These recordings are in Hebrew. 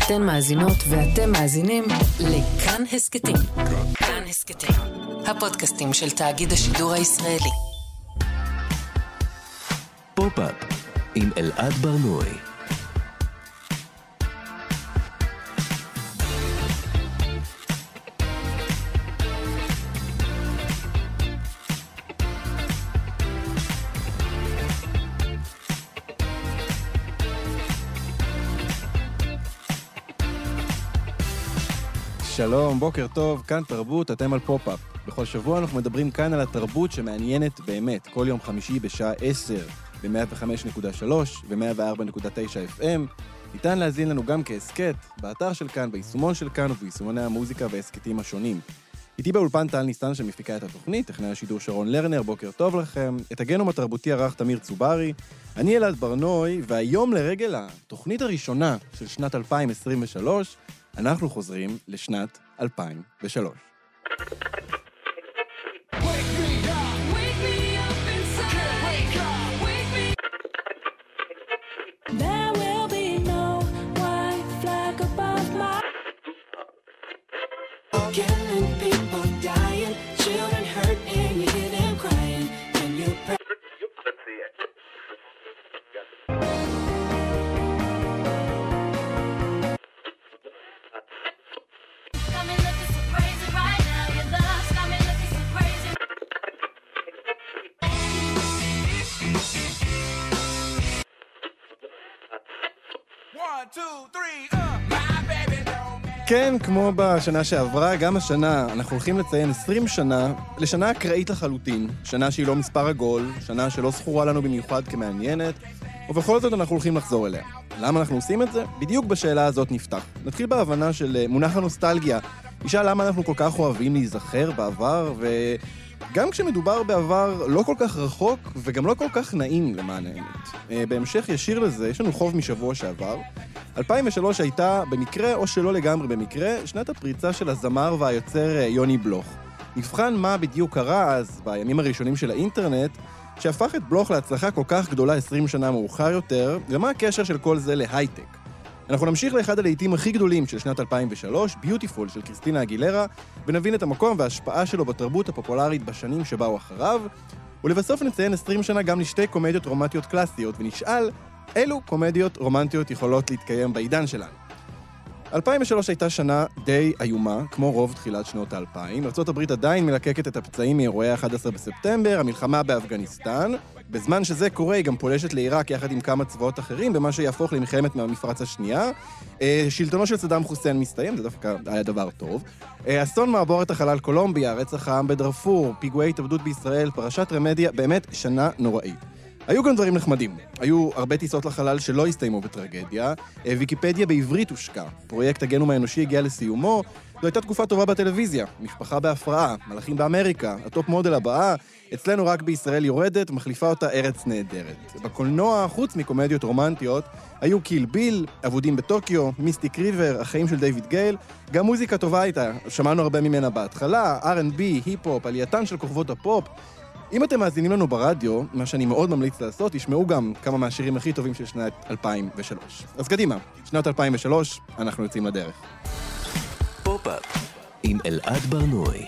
אתן מאזינות ואתם מאזינים לכאן הסקטים. כאן הסקטים, הפודקאסטים של תאגיד השידור הישראלי. פופ-אפ עם אלעד ברנועי. שלום, בוקר טוב, כאן תרבות, אתם על פופ-אפ. בכל שבוע אנחנו מדברים כאן על התרבות שמעניינת באמת, כל יום חמישי בשעה 10 ב-105.3 ו-104.9 FM. ניתן להזין לנו גם כהסקט, באתר של כאן, ביישומון של כאן וביישומוני המוזיקה והסקטים השונים. איתי באולפן טל ניסן שמפיקה את התוכנית, טכנאי השידור שרון לרנר, בוקר טוב לכם. את הגנום התרבותי ערך תמיר צוברי, אני אלעד ברנועי, והיום לרגל התוכנית הראשונה של שנת 2023, אנחנו חוזרים לשנת 2003. כן, כמו בשנה שעברה, גם השנה אנחנו הולכים לציין 20 שנה לשנה אקראית לחלוטין, שנה שהיא לא מספר עגול, שנה שלא זכורה לנו במיוחד כמעניינת, ובכל זאת אנחנו הולכים לחזור אליה. למה אנחנו עושים את זה? בדיוק בשאלה הזאת נפתח. נתחיל בהבנה של מונח הנוסטלגיה. נשאל למה אנחנו כל כך אוהבים להיזכר בעבר, וגם כשמדובר בעבר לא כל כך רחוק וגם לא כל כך נעים למען האמת. בהמשך ישיר לזה, יש לנו חוב משבוע שעבר. 2003 הייתה במקרה או שלא לגמרי במקרה שנת הפריצה של הזמר והיוצר יוני בלוך. נבחן מה בדיוק קרה אז בימים הראשונים של האינטרנט שהפך את בלוך להצלחה כל כך גדולה 20 שנה מאוחר יותר, ומה הקשר של כל זה להייטק. אנחנו נמשיך לאחד הלהיטים הכי גדולים של שנת 2003, ביוטיפול של קריסטינה אגילרה, ונבין את המקום וההשפעה שלו בתרבות הפופולרית בשנים שבאו אחריו, ולבסוף נציין 20 שנה גם לשתי קומדיות רומנטיות קלאסיות, ונשאל אילו קומדיות רומנטיות יכולות להתקיים בעידן שלנו. 2003 הייתה שנה די איומה, כמו רוב תחילת שנות ה-2000. ארצות הברית עדיין מלקקת את הפצעים מאירועי 11 בספטמבר, המלחמה באפגניסטן. בזמן שזה קורה, היא גם פולשת לעיראק יחד עם כמה צבאות אחרים, במה שיהפוך למלחמת מהמפרץ השנייה. שלטונו של סדאם חוסיין מסתיים, זה דווקא היה דבר טוב. אסון מעבורת החלל קולומביה, רצח העם בדארפור, פיגועי התאבדות בישראל, פרשת רמדיה, באמת שנה נוראית. היו גם דברים נחמדים. היו הרבה טיסות לחלל שלא הסתיימו בטרגדיה. ויקיפדיה בעברית הושקע. פרויקט הגנום האנושי הגיע לסיומו. זו הייתה תקופה טובה בטלוויזיה. משפחה בהפרעה, מלאכים באמריקה, הטופ מודל הבאה. אצלנו רק בישראל יורדת, מחליפה אותה ארץ נהדרת. בקולנוע, חוץ מקומדיות רומנטיות, היו קיל ביל, עבודים בטוקיו, מיסטיק ריבר, החיים של דיוויד גייל. גם מוזיקה טובה הייתה. שמענו הרבה ממנה בהתחלה, R&B, היפ-הופ, עלייתן של כוכבות הפופ. אם אתם מאזינים לנו ברדיו, מה שאני מאוד ממליץ לעשות, תשמעו גם כמה מהשירים הכי טובים של שנת 2003. אז קדימה, שנת 2003, אנחנו יוצאים לדרך. פופ-אפ עם אלעד ברנועי.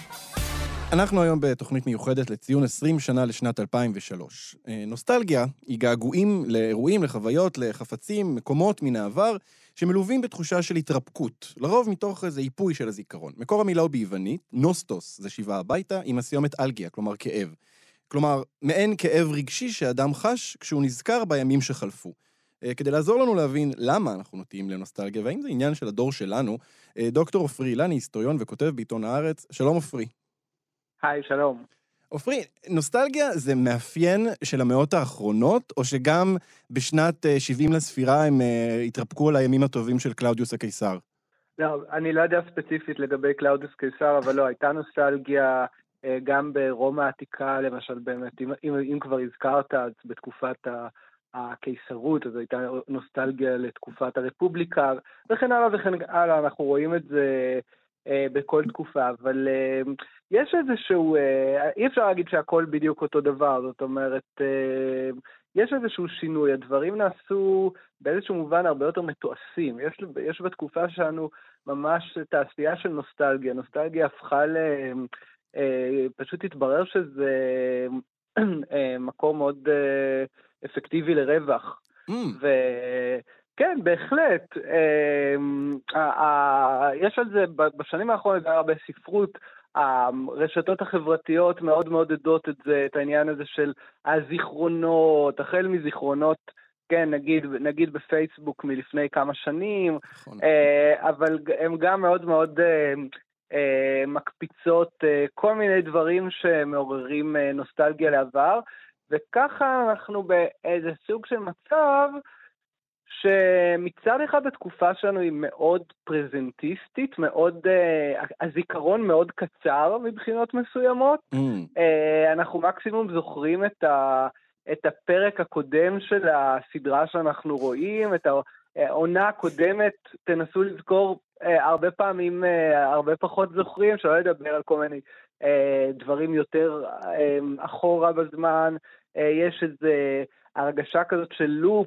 אנחנו היום בתוכנית מיוחדת לציון 20 שנה לשנת 2003. נוסטלגיה היא געגועים לאירועים, לחוויות, לחפצים, מקומות מן העבר, שמלווים בתחושה של התרפקות, לרוב מתוך איזה איפוי של הזיכרון. מקור המילה הוא ביוונית, נוסטוס זה שיבה הביתה, עם הסיומת אלגיה, כלומר כאב. כלומר, מעין כאב רגשי שאדם חש כשהוא נזכר בימים שחלפו. כדי לעזור לנו להבין למה אנחנו נוטים לנוסטלגיה, והאם זה עניין של הדור שלנו, דוקטור עופרי אילני, היסטוריון וכותב בעיתון הארץ. שלום עופרי. היי, שלום. עופרי, נוסטלגיה זה מאפיין של המאות האחרונות, או שגם בשנת 70 לספירה הם התרפקו על הימים הטובים של קלאודיוס הקיסר? לא, אני לא יודע ספציפית לגבי קלאודיוס קיסר, אבל לא, הייתה נוסטלגיה גם ברומא העתיקה, למשל באמת, אם כבר הזכרת, אז בתקופת הקיסרות, אז הייתה נוסטלגיה לתקופת הרפובליקה, וכן הלאה וכן הלאה, אנחנו רואים את זה בכל תקופה, אבל יש איזשהו, אי אפשר להגיד שהכל בדיוק אותו דבר, זאת אומרת, יש איזשהו שינוי, הדברים נעשו באיזשהו מובן הרבה יותר מתועשים. יש בתקופה שלנו ממש תעשייה של נוסטלגיה. נוסטלגיה הפכה פשוט התברר שזה מקום מאוד אפקטיבי לרווח. וכן, בהחלט, יש על זה בשנים האחרונות הרבה ספרות, הרשתות החברתיות מאוד מאוד עדות את העניין הזה של הזיכרונות, החל מזיכרונות, כן, נגיד בפייסבוק מלפני כמה שנים, אבל הם גם מאוד מאוד מקפיצות כל מיני דברים שמעוררים נוסטלגיה לעבר, וככה אנחנו באיזה סוג של מצב שמצד אחד התקופה שלנו היא מאוד פרזנטיסטית, הזיכרון מאוד קצר מבחינות מסוימות. אנחנו מקסימום זוכרים את הפרק הקודם של הסדרה שאנחנו רואים, את העונה הקודמת, תנסו לזכור הרבה פעמים, הרבה פחות זוכרים, שלא לדבר על כל מיני דברים יותר אחורה בזמן. יש איזה הרגשה כזאת של לופ,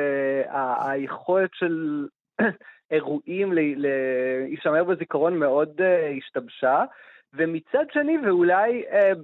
והיכולת של אירועים להישמר בזיכרון מאוד השתבשה, ומצד שני, ואולי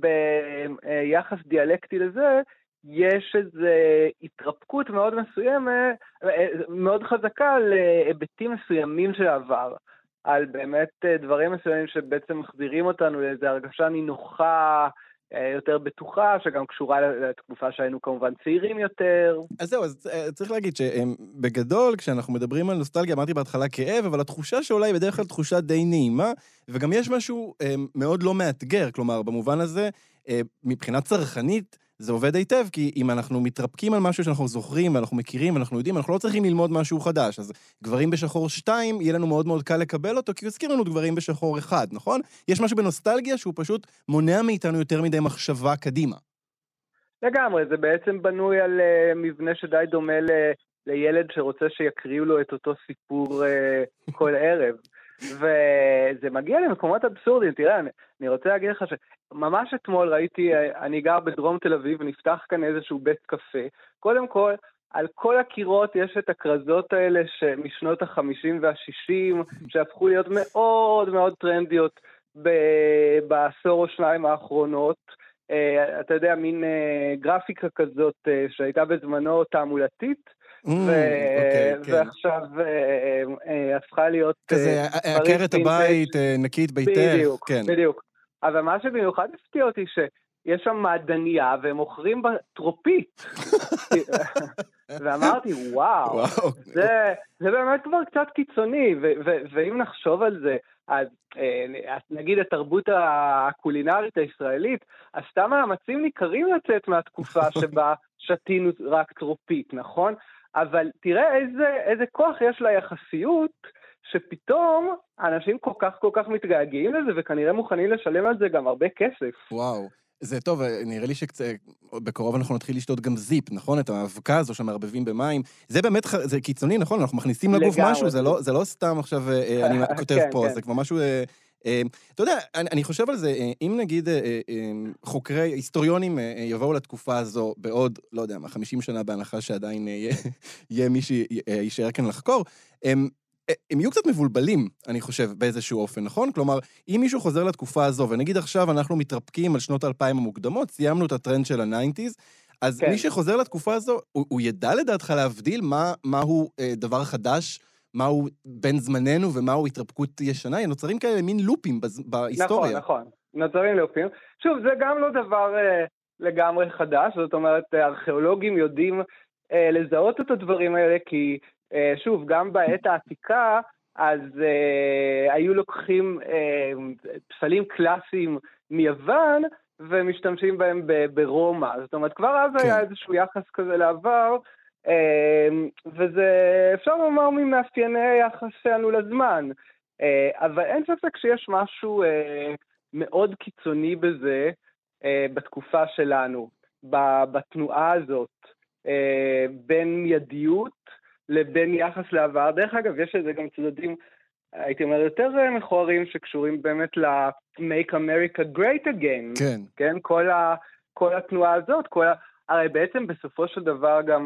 ביחס דיאלקטי לזה, יש איזו התרפקות מאוד מסוימת, מאוד חזקה להיבטים מסוימים של העבר, על באמת דברים מסוימים שבעצם מחזירים אותנו לאיזו הרגשה נינוחה, יותר בטוחה, שגם קשורה לתקופה שהיינו כמובן צעירים יותר. אז זהו, אז צריך להגיד שבגדול, כשאנחנו מדברים על נוסטלגיה, אמרתי בהתחלה כאב, אבל התחושה שעולה היא בדרך כלל תחושה די נעימה, וגם יש משהו מאוד לא מאתגר, כלומר, במובן הזה, מבחינה צרכנית, זה עובד היטב, כי אם אנחנו מתרפקים על משהו שאנחנו זוכרים, ואנחנו מכירים, ואנחנו יודעים, אנחנו לא צריכים ללמוד משהו חדש. אז גברים בשחור 2, יהיה לנו מאוד מאוד קל לקבל אותו, כי הוא יזכיר לנו גברים בשחור 1, נכון? יש משהו בנוסטלגיה שהוא פשוט מונע מאיתנו יותר מדי מחשבה קדימה. לגמרי, זה בעצם בנוי על מבנה שדי דומה לילד שרוצה שיקריאו לו את אותו סיפור כל ערב. וזה מגיע למקומות אבסורדים. תראה, אני רוצה להגיד לך שממש אתמול ראיתי, אני גר בדרום תל אביב, ונפתח כאן איזשהו בית קפה. קודם כל, על כל הקירות יש את הכרזות האלה משנות ה-50 וה-60, שהפכו להיות מאוד מאוד טרנדיות בעשור או שניים האחרונות. אתה יודע, מין גרפיקה כזאת שהייתה בזמנו תעמולתית, ועכשיו הפכה להיות כזה, עקרת הבית, נקית ביתך. בדיוק. אבל מה שבמיוחד הפתיע אותי שיש שם מעדניה והם מוכרים בטרופית. ואמרתי, וואו, זה באמת כבר קצת קיצוני, ואם נחשוב על זה, אז נגיד התרבות הקולינרית הישראלית, עשתה מאמצים ניכרים לצאת מהתקופה שבה שתינו רק טרופית, נכון? אבל תראה איזה כוח יש ליחסיות, שפתאום אנשים כל כך מתגעגעים לזה, וכנראה מוכנים לשלם על זה גם הרבה כסף. וואו, זה טוב, נראה לי שבקרוב אנחנו נתחיל לשתות גם זיפ, נכון? את האבקה הזו שמערבבים במים. זה באמת, זה קיצוני, נכון? אנחנו מכניסים לגוף משהו, זה לא סתם עכשיו אני כותב פה, זה כבר משהו... אתה יודע, אני חושב על זה, אם נגיד חוקרי, היסטוריונים יבואו לתקופה הזו בעוד, לא יודע מה, 50 שנה בהנחה שעדיין יהיה מי שישאר כאן לחקור, הם יהיו קצת מבולבלים, אני חושב, באיזשהו אופן, נכון? כלומר, אם מישהו חוזר לתקופה הזו, ונגיד עכשיו אנחנו מתרפקים על שנות 2000 המוקדמות, סיימנו את הטרנד של ה-90s, אז מי שחוזר לתקופה הזו, הוא ידע לדעתך להבדיל מהו דבר חדש, מהו בין זמננו ומהו התרפקות ישנה, נוצרים כאלה מין לופים בהיסטוריה. נכון, נוצרים לופים. שוב, זה גם לא דבר לגמרי חדש, זאת אומרת, ארכיאולוגים יודעים לזהות את הדברים האלה, כי שוב, גם בעת העתיקה, אז היו לוקחים פסלים קלאסיים מיוון, ומשתמשים בהם ברומא. זאת אומרת, כבר אז היה איזשהו יחס כזה לעבר, וזה אפשר לומר ממאפייני היחס שלנו לזמן, אבל אין ספק שיש משהו מאוד קיצוני בזה בתקופה שלנו, בתנועה הזאת, בין מיידיות לבין יחס לעבר. דרך אגב, יש לזה גם צדדים, הייתי אומר, יותר מכוערים שקשורים באמת ל-Make America Great Again. כן. כן? כל התנועה הזאת, הרי בעצם בסופו של דבר גם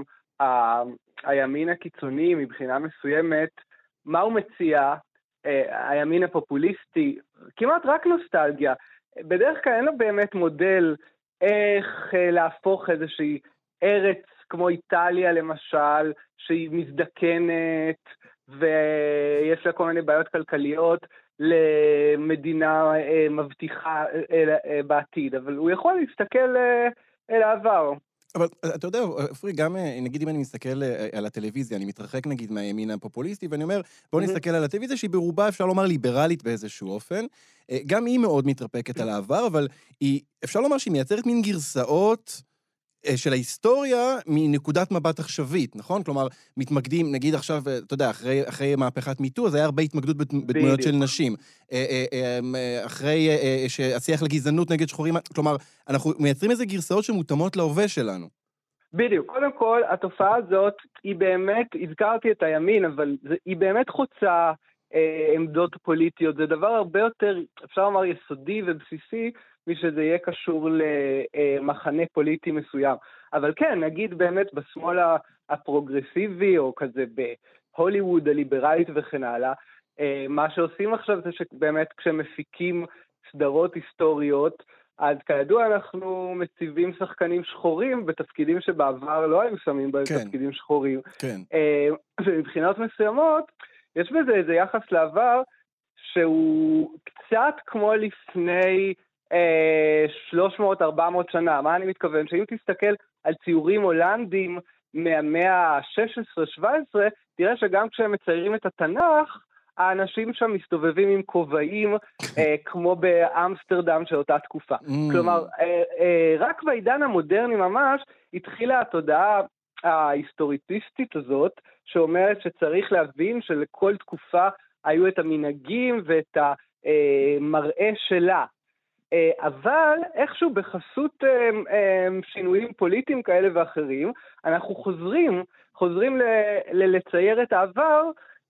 הימין הקיצוני מבחינה מסוימת, מה הוא מציע? הימין הפופוליסטי, כמעט רק נוסטלגיה. בדרך כלל אין לו באמת מודל איך להפוך איזושהי ארץ כמו איטליה למשל, שהיא מזדקנת ויש לה כל מיני בעיות כלכליות, למדינה מבטיחה בעתיד, אבל הוא יכול להסתכל אל העבר. אבל אתה יודע, פרי, גם נגיד אם אני מסתכל על הטלוויזיה, אני מתרחק נגיד מהימין הפופוליסטי, ואני אומר, בואו נסתכל על הטלוויזיה שהיא ברובה, אפשר לומר, ליברלית באיזשהו אופן. גם היא מאוד מתרפקת על העבר, אבל אפשר לומר שהיא מייצרת מין גרסאות של ההיסטוריה מנקודת מבט עכשווית, נכון? כלומר, מתמקדים, נגיד עכשיו, אתה יודע, אחרי מהפכת מיטו, אז היה הרבה התמקדות בדמויות של נשים. אחרי שהשיח לגזענות נגד שחורים, כלומר, אנחנו מייצרים איזה גרסאות שמותאמות להווה שלנו. בדיוק. קודם כל, התופעה הזאת היא באמת, הזכרתי את הימין, אבל היא באמת חוצה עמדות פוליטיות. זה דבר הרבה יותר, אפשר לומר, יסודי ובסיסי, משזה יהיה קשור למחנה פוליטי מסוים. אבל כן, נגיד באמת בשמאל הפרוגרסיבי, או כזה בהוליווד הליברלית וכן הלאה, מה שעושים עכשיו זה שבאמת כשמפיקים סדרות היסטוריות, אז כידוע אנחנו מציבים שחקנים שחורים בתפקידים שבעבר לא היו שמים בהם תפקידים שחורים. כן. ומבחינות מסוימות, יש בזה איזה יחס לעבר שהוא קצת כמו לפני 300-400 שנה. מה אני מתכוון? שאם תסתכל על ציורים הולנדים מהמאה ה-16-17, תראה שגם כשהם מציירים את התנ"ך, האנשים שם מסתובבים עם כובעים, כמו באמסטרדם של אותה תקופה. כלומר, רק בעידן המודרני ממש, התחילה התודעה ההיסטוריציסטית הזאת, שאומרת שצריך להבין שלכל תקופה היו את המנהגים ואת המראה שלה. אבל איכשהו בחסות שינויים פוליטיים כאלה ואחרים, אנחנו חוזרים לצייר את העבר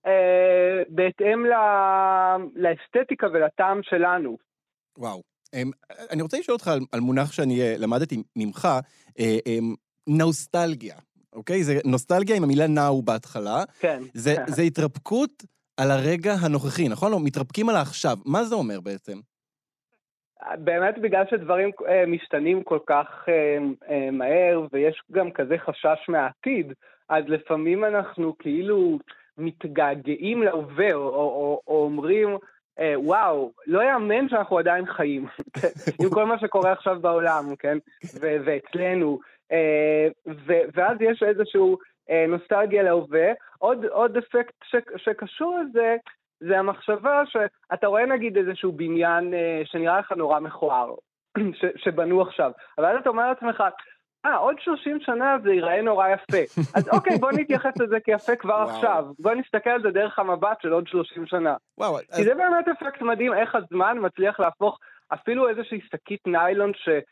בהתאם לאסתטיקה ולטעם שלנו. וואו. אני רוצה לשאול אותך על מונח שאני למדתי ממך, נוסטלגיה. אוקיי? זה נוסטלגיה עם המילה נאו בהתחלה. כן. זה התרפקות על הרגע הנוכחי, נכון? או מתרפקים על העכשיו. מה זה אומר בעצם? באמת בגלל שדברים משתנים כל כך מהר, ויש גם כזה חשש מהעתיד, אז לפעמים אנחנו כאילו מתגעגעים להווה, או אומרים, וואו, לא יאמן שאנחנו עדיין חיים, עם כל מה שקורה עכשיו בעולם, כן? ואצלנו, ואז יש איזשהו נוסטלגיה להווה. עוד אפקט שקשור לזה, זה המחשבה שאתה רואה נגיד איזשהו בניין שנראה לך נורא מכוער, שבנו עכשיו, אבל אז אתה אומר לעצמך, עוד 30 שנה זה ייראה נורא יפה, אז אוקיי, בוא נתייחס לזה כיפה כבר עכשיו, בוא נסתכל על זה דרך המבט של עוד 30 שנה. כי זה באמת אפקט מדהים, איך הזמן מצליח להפוך אפילו איזושהי שקית ניילון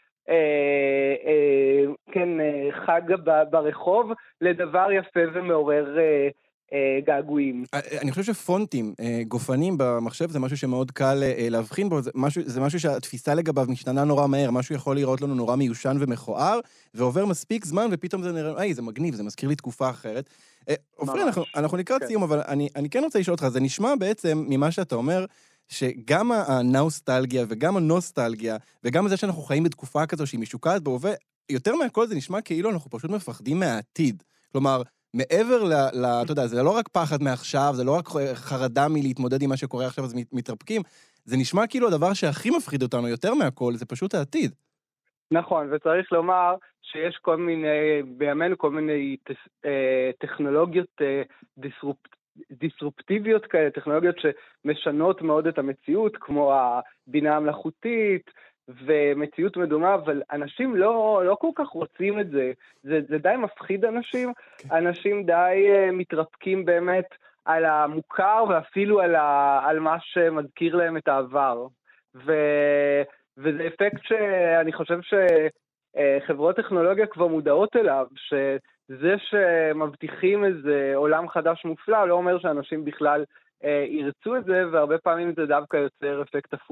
כן, חג ברחוב, לדבר יפה ומעורר געגועים. אני חושב שפונטים, גופנים במחשב, זה משהו שמאוד קל להבחין בו, זה משהו שהתפיסה לגביו משתנה נורא מהר, משהו יכול לראות לנו נורא מיושן ומכוער, ועובר מספיק זמן, ופתאום זה נראה, זה מגניב, זה מזכיר לי תקופה אחרת. אופרי, אנחנו לקראת סיום, אבל אני כן רוצה לשאול אותך, זה נשמע בעצם ממה שאתה אומר, שגם הנאוסטלגיה וגם הנוסטלגיה, וגם זה שאנחנו חיים בתקופה כזו שהיא משוקעת בהווה, יותר מהכל זה נשמע כאילו אנחנו פשוט מפחדים מהעתיד. כלומר, מעבר אתה יודע, זה לא רק פחד מעכשיו, זה לא רק חרדה מלהתמודד עם מה שקורה עכשיו, אז מתרפקים, זה נשמע כאילו הדבר שהכי מפחיד אותנו יותר מהכל, זה פשוט העתיד. נכון, וצריך לומר שיש בימינו כל מיני טכנולוגיות דיסרופטיביות כאלה, טכנולוגיות שמשנות מאוד את המציאות, כמו הבינה המלאכותית, ומציאות מדומה, אבל אנשים לא כל כך רוצים את זה. זה די מפחיד אנשים. אנשים די מתרפקים באמת על המוכר, ואפילו על מה שמזכיר להם את העבר. וזה אפקט שאני חושב שחברות טכנולוגיה כבר מודעות אליו, שזה שמבטיחים איזה עולם חדש מופלא, לא אומר שאנשים בכלל ירצו את זה, והרבה פעמים זה דווקא יוצר אפקט הפוך.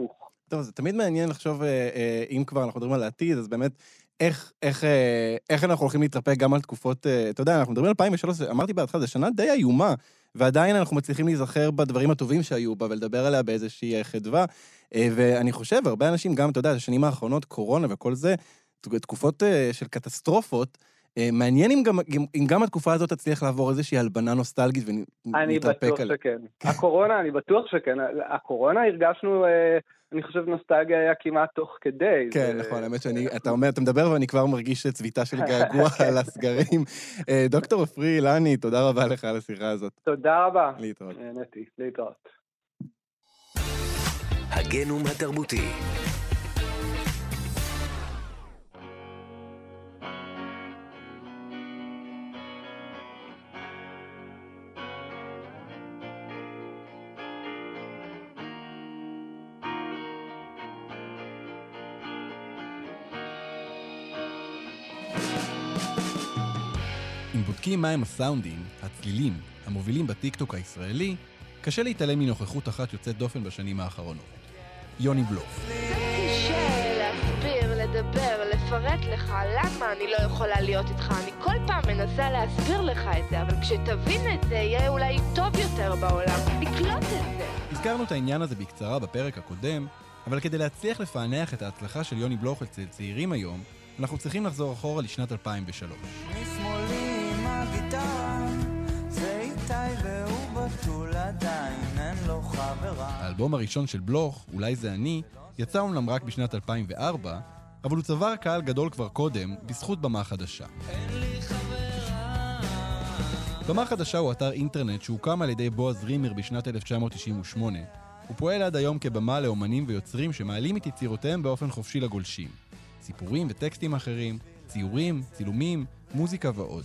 טוב, זה תמיד מעניין לחשוב, אם כבר אנחנו מדברים על העתיד, אז באמת, איך אנחנו הולכים להתרפק גם על תקופות, אתה יודע, אנחנו מדברים על 2003, אמרתי בהתחלה, זו שנה די איומה, ועדיין אנחנו מצליחים להיזכר בדברים הטובים שהיו בה, ולדבר עליה באיזושהי חדווה, ואני חושב, הרבה אנשים גם, אתה יודע, השנים האחרונות, קורונה וכל זה, תקופות של קטסטרופות, מעניין אם גם התקופה הזאת תצליח לעבור איזושהי הלבנה נוסטלגית ונתרפק עליה. אני בטוח שכן. הקורונה הרגשנו, אני חושב, נוסטלגיה היה כמעט תוך כדי. כן, נכון, האמת אתה מדבר ואני כבר מרגיש צביטה של געגוע על הסגרים. דוקטור עפרי אילני, תודה רבה לך על השיחה הזאת. תודה רבה. להתראות. נהניתי, להתראות. הגנום התרבותי. אם בודקים מהם הסאונדים, הצלילים, המובילים בטיקטוק הישראלי, קשה להתעלם מנוכחות אחת יוצאת דופן בשנים האחרונות. יוני בלוך. קשה להסביר, לדבר, לפרט לך למה אני לא יכולה להיות איתך. אני כל פעם מנסה להסביר לך את זה, אבל כשתבין את זה, יהיה אולי טוב יותר בעולם. לקלוט את זה. הזכרנו את העניין הזה בקצרה בפרק הקודם, אבל כדי להצליח לפענח את ההצלחה של יוני בלוך אצל צעירים היום, אנחנו צריכים לחזור אחורה לשנת 2003. משמאלי עם הגיטרה, זה איתי והוא בטול עדיין, אין לו חברה. האלבום הראשון של בלוך, אולי זה אני, יצא אומנם רק בשנת 2004, אבל הוא צבר קהל גדול כבר קודם, בזכות במה חדשה. במה חדשה הוא אתר אינטרנט שהוקם על ידי בועז רימר בשנת 1998. הוא פועל עד היום כבמה לאומנים ויוצרים שמעלים את יצירותיהם באופן חופשי לגולשים. סיפורים וטקסטים אחרים, ציורים, צילומים, מוזיקה ועוד.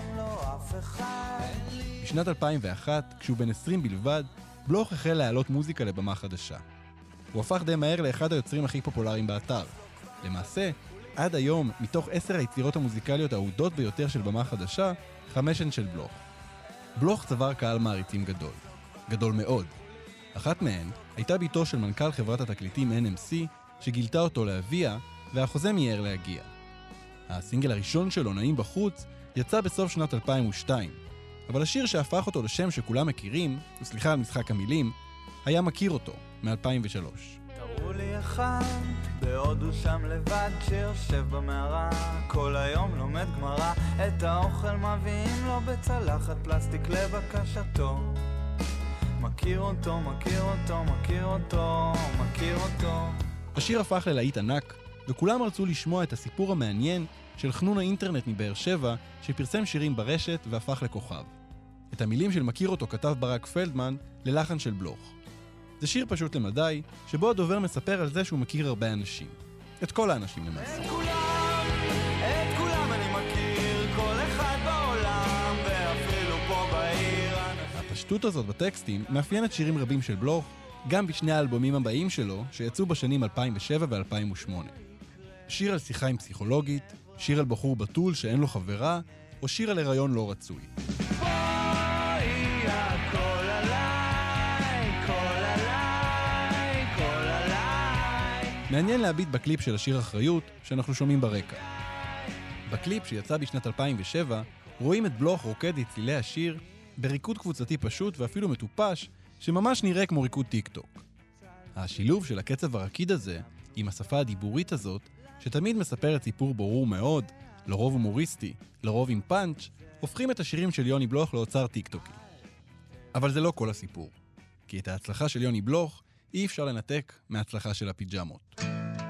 בשנת 2001, כשהוא בן 20 בלבד, בלוך החל להעלות מוזיקה לבמה חדשה. הוא הפך די מהר לאחד היוצרים הכי פופולריים באתר. למעשה, עד היום, מתוך 10 היצירות המוזיקליות האהודות ביותר של במה חדשה, 5 הן של בלוך. בלוך צבר קהל מעריצים גדול. גדול מאוד. אחת מהן הייתה ביתו של מנכ"ל חברת התקליטים NMC, שגילתה אותו לאביה, והחוזה מיהר להגיע. הסינגל הראשון שלו, נעים בחוץ, יצא בסוף שנת 2002, אבל השיר שהפך אותו לשם שכולם מכירים, וסליחה על משחק המילים, היה מכיר אותו, מ-2003. תראו לי אחד, בהודו שם לבד, שיושב במערה, כל היום לומד גמרא, את האוכל מביאים לו בצלחת פלסטיק לבקשתו. מכיר אותו, מכיר אותו, מכיר אותו, מכיר אותו. השיר הפך ללהיט ענק, וכולם רצו לשמוע את הסיפור המעניין של חנון האינטרנט מבאר שבע, שפרסם שירים ברשת והפך לכוכב. את המילים של מכיר אותו כתב ברק פלדמן ללחן של בלוך. זה שיר פשוט למדי, שבו הדובר מספר על זה שהוא מכיר הרבה אנשים. את כל האנשים למעשה. את כולם אני מכיר, כל אחד בעולם, ואפילו פה בעיר. הפשטות הזאת בטקסטים מאפיינת שירים רבים של בלוך, גם בשני האלבומים הבאים שלו, שיצאו בשנים 2007 ו-2008. שיר על שיחה עם פסיכולוגית, שיר על בחור בטול שאין לו חברה, או שיר על הריון לא רצוי. מעניין להביט בקליפ של השיר אחריות שאנחנו שומעים ברקע. בקליפ שיצא בשנת 2007, רואים את בלוך רוקד את צלילי השיר בריקוד קבוצתי פשוט ואפילו מטופש, שממש נראה כמו ריקוד טיק טוק. השילוב של הקצב הרקיד הזה עם השפה הדיבורית הזאת, שתמיד מספרת סיפור ברור מאוד, לרוב הומוריסטי, לרוב עם פאנץ', הופכים את השירים של יוני בלוך לאוצר טיק טוקי. אבל זה לא כל הסיפור, כי את ההצלחה של יוני בלוך אי אפשר לנתק מההצלחה של הפיג'מות.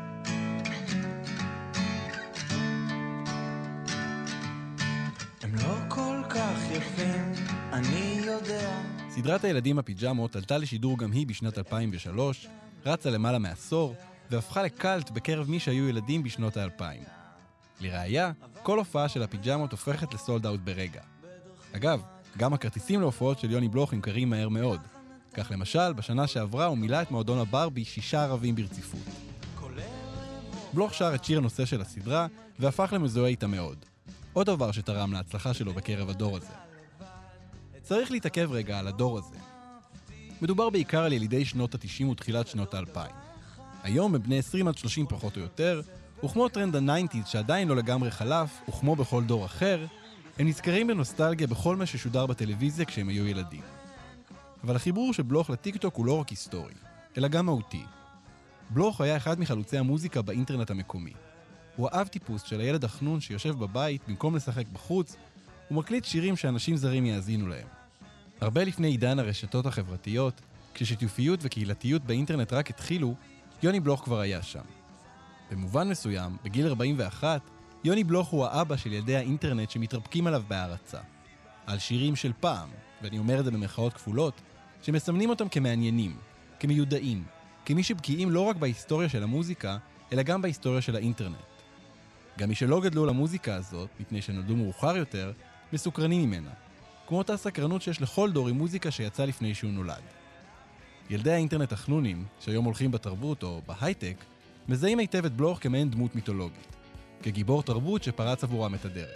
הם לא כל כך יפים, אני יודע. סדרת הילדים הפיג'מות עלתה לשידור גם היא בשנת 2003, רצה למעלה מעשור, והפכה לקלט בקרב מי שהיו ילדים בשנות ה-2000. לראיה, כל הופעה של הפיג'מות הופכת לסולד אאוט ברגע. אגב, גם הכרטיסים להופעות של יוני בלוך נמכרים מהר מאוד. כך למשל, בשנה שעברה הוא מילא את מועדון הברבי 6 ערבים ברציפות. בלוך שר את שיר הנושא של הסדרה, והפך למזוהה איתה מאוד. עוד דבר שתרם להצלחה שלו בקרב הדור הזה. צריך להתעכב רגע על הדור הזה. מדובר בעיקר על ילידי שנות ה-90 ותחילת שנות ה-2000. היום הם בני 20 עד 30 פחות או יותר, וכמו טרנד ה-90s שעדיין לא לגמרי חלף, וכמו בכל דור אחר, הם נזכרים בנוסטלגיה בכל מה ששודר בטלוויזיה כשהם היו ילדים. אבל החיבור של בלוך לטיקטוק הוא לא רק היסטורי, אלא גם מהותי. בלוך היה אחד מחלוצי המוזיקה באינטרנט המקומי. הוא האב טיפוס של הילד החנון שיושב בבית במקום לשחק בחוץ, ומקליט שירים שאנשים זרים יאזינו להם. הרבה לפני עידן הרשתות החברתיות, כששיתופיות וקהילתיות באינטרנט רק התחילו, יוני בלוך כבר היה שם. במובן מסוים, בגיל 41, יוני בלוך הוא האבא של ילדי האינטרנט שמתרפקים עליו בהערצה. על שירים של פעם, ואני אומר את זה במרכאות כפולות, שמסמנים אותם כמעניינים, כמיודעים, כמי שבקיאים לא רק בהיסטוריה של המוזיקה, אלא גם בהיסטוריה של האינטרנט. גם מי שלא גדלו למוזיקה הזאת, מפני שנולדו מאוחר יותר, מסוקרנים ממנה, כמו אותה סקרנות שיש לכל דור עם מוזיקה שיצא לפני שהוא נולד. ילדי האינטרנט החנונים, שהיום הולכים בתרבות או בהייטק, מזהים היטב את בלוך כמעין דמות מיתולוגית, כגיבור תרבות שפרץ עבורם את הדרך.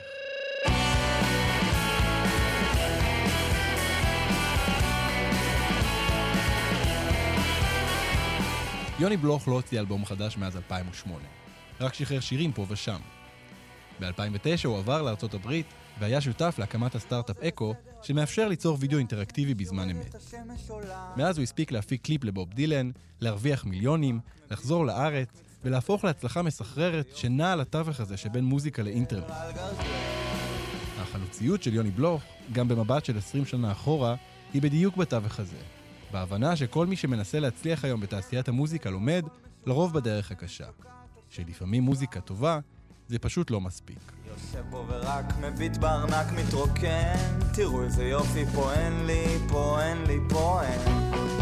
יוני בלוך לא הוציא אלבום חדש מאז 2008, רק שחרר שירים פה ושם. ב-2009 הוא עבר לארצות הברית והיה שותף להקמת הסטארט-אפ אקו, שמאפשר ליצור וידאו אינטראקטיבי בזמן אמת. מאז הוא הספיק להפיק קליפ לבוב דילן, להרוויח מיליונים, לחזור לארץ ולהפוך להצלחה מסחררת שנעה על התווך הזה שבין מוזיקה לאינטרנט. החלוציות של יוני בלוך, גם במבט של 20 שנה אחורה, היא בדיוק בתווך הזה. בהבנה שכל מי שמנסה להצליח היום בתעשיית המוזיקה לומד, לרוב בדרך הקשה. שלפעמים מוזיקה טובה, זה פשוט לא מספיק. יושב בו ורק מביט בארנק מתרוקן, תראו איזה יופי, פה אין לי, פה אין לי, פה אין.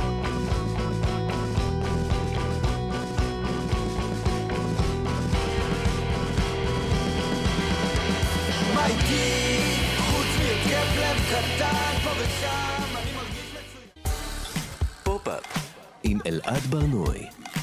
מה איתי? חוץ מהתקף לב קטן, פה ושם, אני מרגיש מצוין. פופ-אפ עם אלעד ברנועי.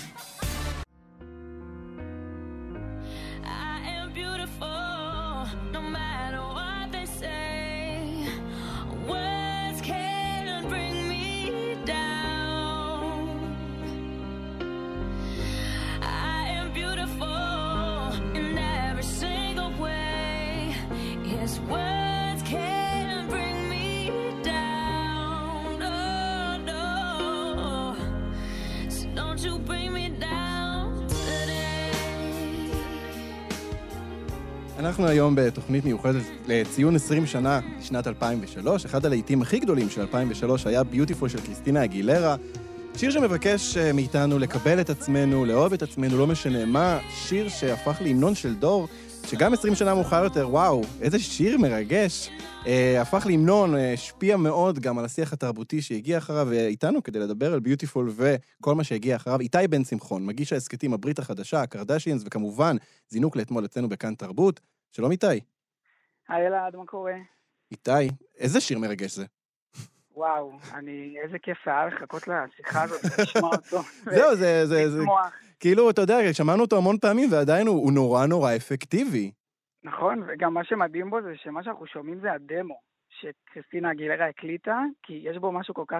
אנחנו היום בתוכנית מיוחדת לציון 20 שנה, שנת 2003. אחד הלהיטים הכי גדולים של 2003 היה ביוטיפול של קריסטינה אגילרה. שיר שמבקש מאיתנו לקבל את עצמנו, לאהוב את עצמנו, לא משנה מה. שיר שהפך להמנון של דור, שגם 20 שנה מאוחר יותר, וואו, איזה שיר מרגש. הפך להמנון, השפיע מאוד גם על השיח התרבותי שהגיע אחריו, ואיתנו כדי לדבר על ביוטיפול וכל מה שהגיע אחריו, איתי בן שמחון, מגיש ההסכתים הברית החדשה, הקרדשיאנס, וכמובן זינוק לאתמול אצלנו בכאן תרבות. שלום איתי. היי אלעד, מה קורה? איתי, איזה שיר מרגש זה? וואו, איזה כיף היה לחכות לשיחה הזאת, לשמוע אותו. זהו, זה, כאילו, אתה יודע, שמענו אותו המון פעמים, ועדיין הוא נורא נורא אפקטיבי. נכון, וגם מה שמדהים בו זה שמה שאנחנו שומעים זה הדמו, שקריסטינה אגילרה הקליטה, כי יש בו משהו כל כך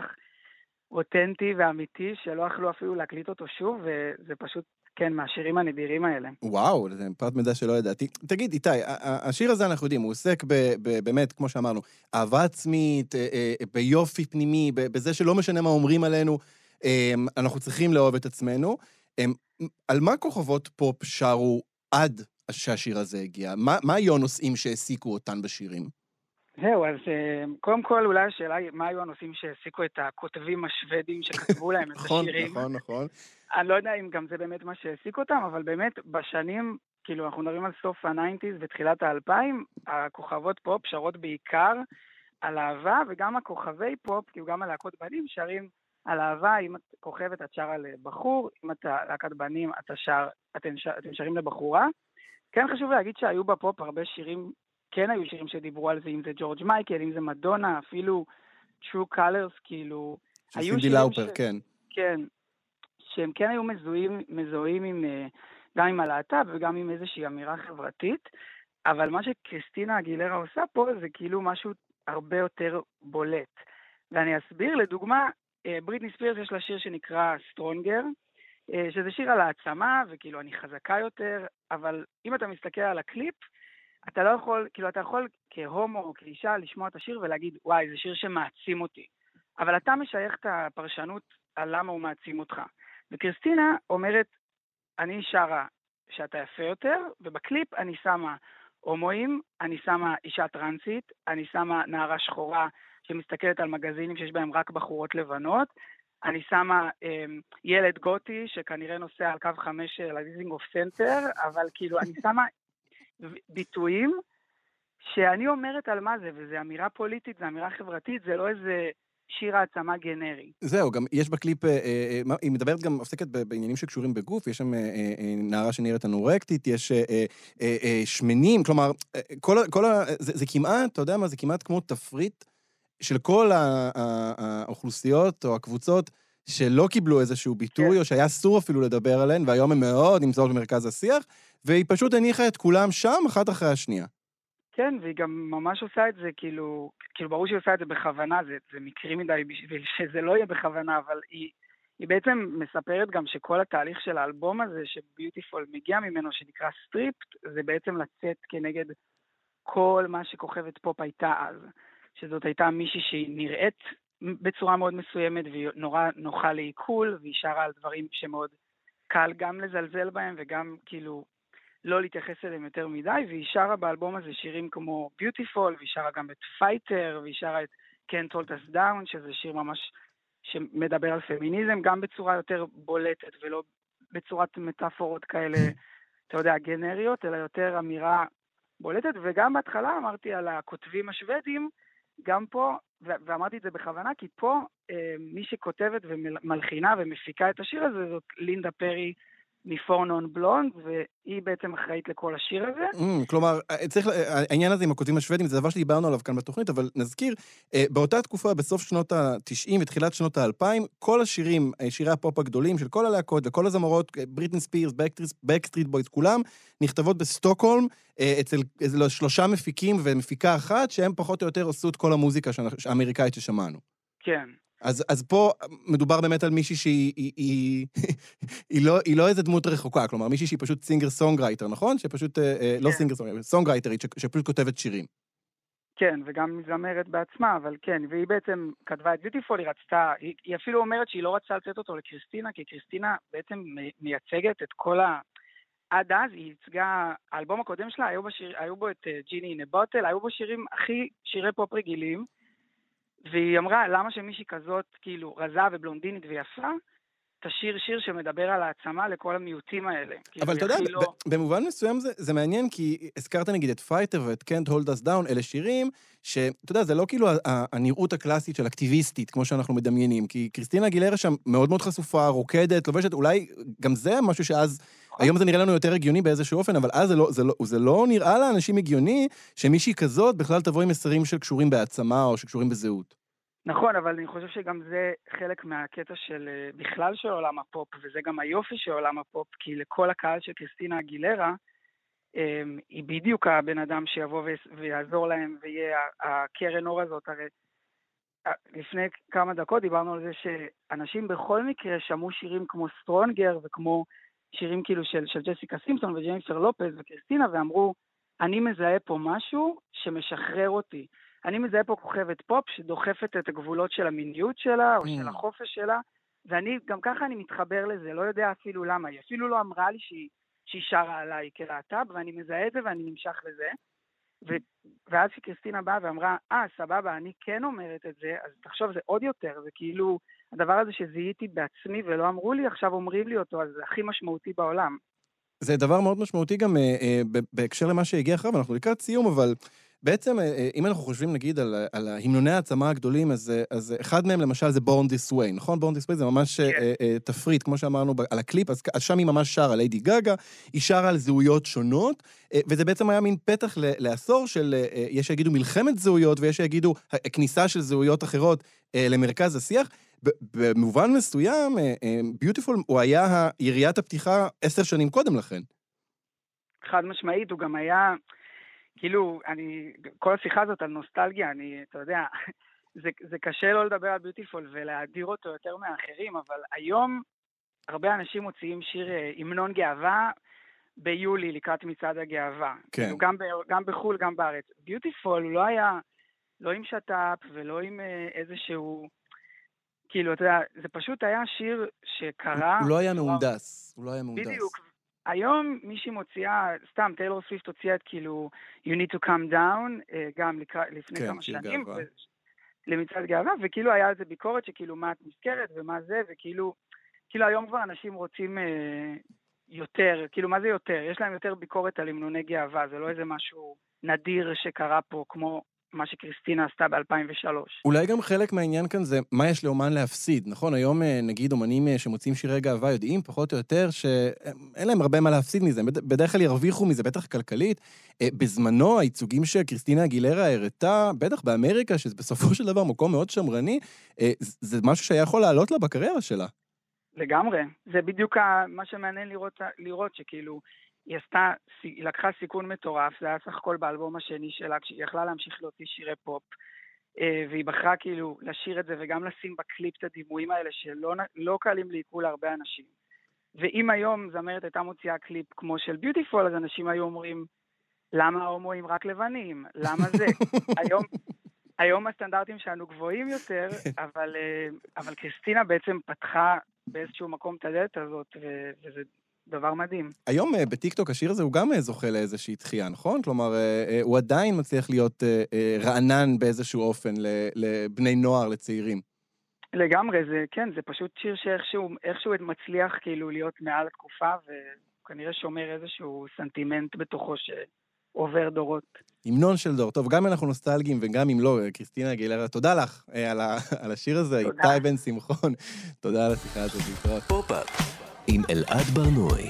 אותנטי ואמיתי, שלא יכלו אפילו להקליט אותו שוב, וזה פשוט, כן, מהשירים הנדירים האלה. וואו, זה פרט מידע שלא ידעתי. תגיד, איתי, השיר הזה אנחנו יודעים, הוא עוסק באמת, כמו שאמרנו, אהבה עצמית, ביופי פנימי, בזה שלא משנה מה אומרים עלינו, אנחנו צריכים לאהוב את עצמנו. על מה כוכבות פופ שרו עד שהשיר הזה הגיע? מה היו הנושאים שהעסיקו אותן בשירים? זהו, אז קודם כל אולי השאלה היא, מה היו הנושאים שהעסיקו את הכותבים השוודים שכתבו להם את השירים? נכון. אני לא יודע אם גם זה באמת מה שהעסיק אותם, אבל באמת בשנים, כאילו אנחנו מדברים על סוף ה-90s ותחילת ה-2000, הכוכבות פופ שרות בעיקר על אהבה, וגם הכוכבי פופ, כאילו גם הלהקות בנים, שרים על אהבה. אם את כוכבת את שר על בחור, אם את להקת בנים אתם שרים לבחורה. כן חשוב להגיד שהיו בפופ הרבה שירים, כן היו שירים שדיברו על זה, אם זה ג'ורג' מייקל, אם זה מדונה, אפילו True Colors, כאילו... שסינדי לאופר, כן. כן, שהם כן היו מזוהים גם עם הלהט"ב וגם עם איזושהי אמירה חברתית, אבל מה שקריסטינה אגילרה עושה פה זה כאילו משהו הרבה יותר בולט. ואני אסביר, לדוגמה, בריטני ספירס יש לה שיר שנקרא Stronger, שזה שיר על העצמה, וכאילו אני חזקה יותר, אבל אם אתה מסתכל על הקליפ, אתה לא יכול, כאילו אתה יכול כהומו או כאישה לשמוע את השיר ולהגיד, וואי, זה שיר שמעצים אותי. אבל אתה משייך את הפרשנות על למה הוא מעצים אותך. וקריסטינה אומרת, אני שרה שאתה יפה יותר, ובקליפ אני שמה הומואים, אני שמה אישה טרנסית, אני שמה נערה שחורה שמסתכלת על מגזינים שיש בהם רק בחורות לבנות, אני שמה ילד גותי שכנראה נוסע על קו 5 לדיזינגוף סנטר, אבל כאילו אני שמה ביטויים שאני אומרת על מה זה, וזה אמירה פוליטית, זה אמירה חברתית, זה לא איזה שיר העצמה גנרי. זהו, גם יש בקליפ, היא מדברת גם, עוסקת בעניינים שקשורים בגוף, יש שם נערה שנראית אנורקטית, יש שמנים, כלומר, זה כמעט, אתה יודע מה, זה כמעט כמו תפריט של כל האוכלוסיות או הקבוצות שלא קיבלו איזשהו ביטוי, או שהיה אסור אפילו לדבר עליהן, והיום הן מאוד נמצאות במרכז השיח, והיא פשוט הניחה את כולם שם, אחת אחרי השנייה. כן, והיא גם ממש עושה את זה, כאילו ברור שהיא עושה את זה בכוונה, זה מקרי מדי בשביל שזה לא יהיה בכוונה, אבל היא בעצם מספרת גם שכל התהליך של האלבום הזה, שביוטיפול מגיע ממנו, שנקרא סטריפט, זה בעצם לצאת כנגד כל מה שכוכבת פופ הייתה אז. שזאת הייתה מישהי שהיא נראית בצורה מאוד מסוימת, והיא נורא נוחה לעיכול, והיא שרה על דברים שמאוד קל גם לזלזל בהם, וגם כאילו לא להתייחס אליהם יותר מדי, והיא שרה באלבום הזה שירים כמו Beautiful, והיא שרה גם את Fighter, והיא שרה את Can't Hold Us Down, שזה שיר ממש שמדבר על פמיניזם, גם בצורה יותר בולטת, ולא בצורת מטאפורות כאלה, אתה יודע, גנריות, אלא יותר אמירה בולטת, וגם בהתחלה אמרתי על הכותבים השוודים, גם פה, ואמרתי את זה בכוונה, כי פה מי שכותבת ומלחינה ומפיקה את השיר הזה, זאת לינדה פרי מפור נון בלונד, והיא בעצם אחראית לכל השיר הזה. כלומר, העניין הזה עם הכותבים השוודים, זה דבר שדיברנו עליו כאן בתוכנית, אבל נזכיר, באותה תקופה, בסוף שנות ה-90 ותחילת שנות ה-2000, כל השירים, שירי הפופ הגדולים של כל הלהקות וכל הזמרות, בריטני ספירס, בקסטריט בויז, כולם נכתבות בסטוקהולם, אצל 3 מפיקים ומפיקה אחת, שהם פחות או יותר עשו את כל המוזיקה האמריקאית ששמענו. כן. אז פה מדובר באמת על מישהי שהיא לא איזה דמות רחוקה, כלומר מישהי שהיא פשוט סינגר סונגרייטר, נכון? שפשוט, לא סינגר סונגרייטר, סונגרייטרית, שפשוט כותבת שירים. כן, וגם מזמרת בעצמה, אבל כן, והיא בעצם כתבה את ביוטיפול, היא אפילו אומרת שהיא לא רצתה לתת אותו לקריסטינה, כי קריסטינה בעצם מייצגת את כל עד אז היא ייצגה, האלבום הקודם שלה, היו בו את ג'יני אין הבוטל, היו בו שירי פופ רגילים, והיא אמרה, למה שמישהי כזאת, כאילו, רזה ובלונדינית ויפה, תשיר שיר שמדבר על העצמה לכל המיעוטים האלה. אבל אתה יודע, במובן מסוים זה מעניין, כי הזכרת נגיד את פייטר ואת Can't Hold Us Down, אלה שירים שאתה יודע, זה לא כאילו הנראות הקלאסית של אקטיביסטית, כמו שאנחנו מדמיינים, כי קריסטינה אגילרה שם מאוד מאוד חשופה, רוקדת, לובשת, אולי גם זה משהו שאז, היום זה נראה לנו יותר הגיוני באיזשהו אופן, אבל אז זה לא נראה לאנשים הגיוני, שמישהי כזאת בכלל תבוא עם מסרים שקשורים בעצמה או שקשורים בזהות. נכון, אבל אני חושב שגם זה חלק מהקטע של בכלל של עולם הפופ, וזה גם היופי של עולם הפופ, כי לכל הקהל של קריסטינה אגילרה, היא בדיוק הבן אדם שיבוא ויעזור להם, ויהיה הקרן אור הזאת. הרי לפני כמה דקות דיברנו על זה שאנשים בכל מקרה שמעו שירים כמו סטרונגר, וכמו שירים כאילו של ג'סיקה סימפסון וג'ייניפר לופז וקריסטינה, ואמרו, אני מזהה פה משהו שמשחרר אותי. אני מזהה פה כוכבת פופ שדוחפת את הגבולות של המיניות שלה, או של החופש שלה, ואני גם ככה אני מתחבר לזה, לא יודע אפילו למה. היא אפילו לא אמרה לי שהיא שרה עליי כלהט"ב, ואני מזהה את זה ואני נמשך לזה. ואז שקריסטינה באה ואמרה, סבבה, אני כן אומרת את זה, אז תחשוב, זה עוד יותר, זה כאילו הדבר הזה שזיהיתי בעצמי ולא אמרו לי, עכשיו אומרים לי אותו, אז זה הכי משמעותי בעולם. זה דבר מאוד משמעותי גם בהקשר למה שהגיע אחריו, אנחנו לקראת סיום, אבל בעצם, אם אנחנו חושבים, נגיד, על ההמנוני העצמה הגדולים, אז אחד מהם, למשל, זה Born This Way, נכון? Born This Way זה ממש תפריט, כמו שאמרנו על הקליפ, אז שם היא ממש שרה, ליידי גגה, היא שרה על זהויות שונות, וזה בעצם היה מין פתח לעשור של, יש שיגידו מלחמת זהויות, ויש שיגידו כניסה של זהויות אחרות למרכז השיח. במובן מסוים, Beautiful, הוא היה יריית הפתיחה 10 שנים קודם לכן. חד משמעית, הוא גם היה... כאילו, כל השיחה הזאת על נוסטלגיה, אתה יודע, זה קשה לא לדבר על ביוטיפול ולהדיר אותו יותר מאחרים, אבל היום הרבה אנשים מוציאים שיר המנון גאווה ביולי לקראת מצעד הגאווה. כן. כאילו, גם בחול, גם בארץ. ביוטיפול הוא לא היה, לא עם שטאפ ולא עם איזשהו, כאילו, אתה יודע, זה פשוט היה שיר שקרה. הוא לא היה מהונדס. הוא לא היה מהונדס. בדיוק. היום מישהי מוציאה, סתם, טיילור סוויפט הוציאה את כאילו You need to calm down, גם לפני כמה שנים, למצעד גאווה, וכאילו היה איזה ביקורת שכאילו מה את נזכרת ומה זה, וכאילו היום כבר אנשים רוצים יותר, כאילו מה זה יותר? יש להם יותר ביקורת על המנוני גאווה, זה לא איזה משהו נדיר שקרה פה, כמו מה שקריסטינה עשתה ב-2003. אולי גם חלק מהעניין כאן זה מה יש לאומן להפסיד, נכון? היום נגיד אומנים שמוצאים שירי גאווה יודעים פחות או יותר שאין להם הרבה מה להפסיד מזה, בדרך כלל ירוויחו מזה, בטח כלכלית. בזמנו הייצוגים שקריסטינה אגילרה הראתה, בטח באמריקה, שזה בסופו של דבר מקום מאוד שמרני, זה משהו שהיה יכול לעלות לה בקריירה שלה. לגמרי, זה בדיוק מה שמעניין לראות שכאילו, היא לקחה סיכון מטורף, זה היה סך הכל באלבום השני שלה, כשהיא יכלה להמשיך להוציא שירי פופ, והיא בחרה כאילו לשיר את זה, וגם לשים בקליפ את הדימויים האלה, שלא קלים לעיכול להרבה אנשים. ואם היום זמרת הייתה מוציאה קליפ כמו של ביוטיפול, אז אנשים היו אומרים, למה ההומואים רק לבנים? למה זה? היום הסטנדרטים שלנו גבוהים יותר, אבל קריסטינה בעצם פתחה באיזשהו מקום את הדלת הזאת, וזה דבר מדהים. היום בטיקטוק השיר הזה הוא גם זוכה לאיזושהי דחייה, נכון? כלומר, הוא עדיין מצליח להיות רענן באיזשהו אופן לבני נוער, לצעירים. לגמרי, זה פשוט שיר שאיכשהו מצליח כאילו להיות מעל התקופה, וכנראה שומר איזשהו סנטימנט בתוכו שעובר דורות. המנון של דור. טוב, גם אנחנו נוסטלגיים וגם אם לא, קריסטינה אגילרה, תודה לך על השיר הזה, איתי בן שמחון. תודה על השיחה הזאת, להתראות. פופ-אפ עם אלעד ברנועי.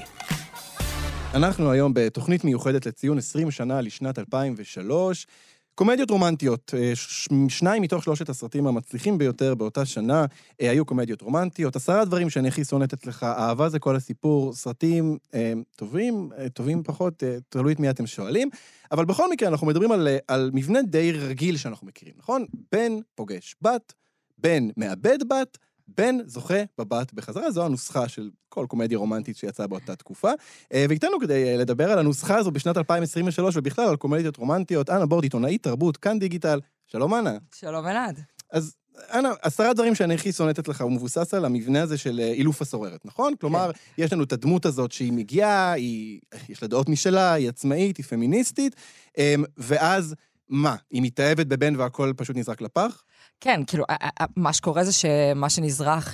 אנחנו היום בתוכנית מיוחדת לציון 20 שנה לשנת 2003. קומדיות רומנטיות, 2 מתוך 3 הסרטים המצליחים ביותר באותה שנה היו קומדיות רומנטיות. 10 דברים שאני הכי שונאת אצלך, אהבה זה כל הסיפור, סרטים טובים פחות, תלוי את מי אתם שואלים, אבל בכל מקרה אנחנו מדברים על מבנה די רגיל שאנחנו מכירים, נכון? בן פוגש בת, בן מאבד בת, בן זוכה בבת בחזרה, זו הנוסחה של כל קומדיה רומנטית שיצאה באותה תקופה, ואיתנו כדי לדבר על הנוסחה הזו בשנת 2023, ובכלל על קומדיות רומנטיות, אנה בורד, עיתונאית תרבות, כאן דיגיטל. שלום אנה. שלום אלעד. אז אנה, 10 דברים שאני הכי שונאת אצלך, הוא מבוסס על המבנה הזה של אילוף הסוררת, נכון? כלומר, יש לנו את הדמות הזאת שהיא מגיעה, יש לה דעות משלה, היא עצמאית, היא פמיניסטית, ואז מה? היא מתאהבת בבן והכל פשוט נזרק לפח? כן, כאילו, מה שקורה זה שמה שנזרח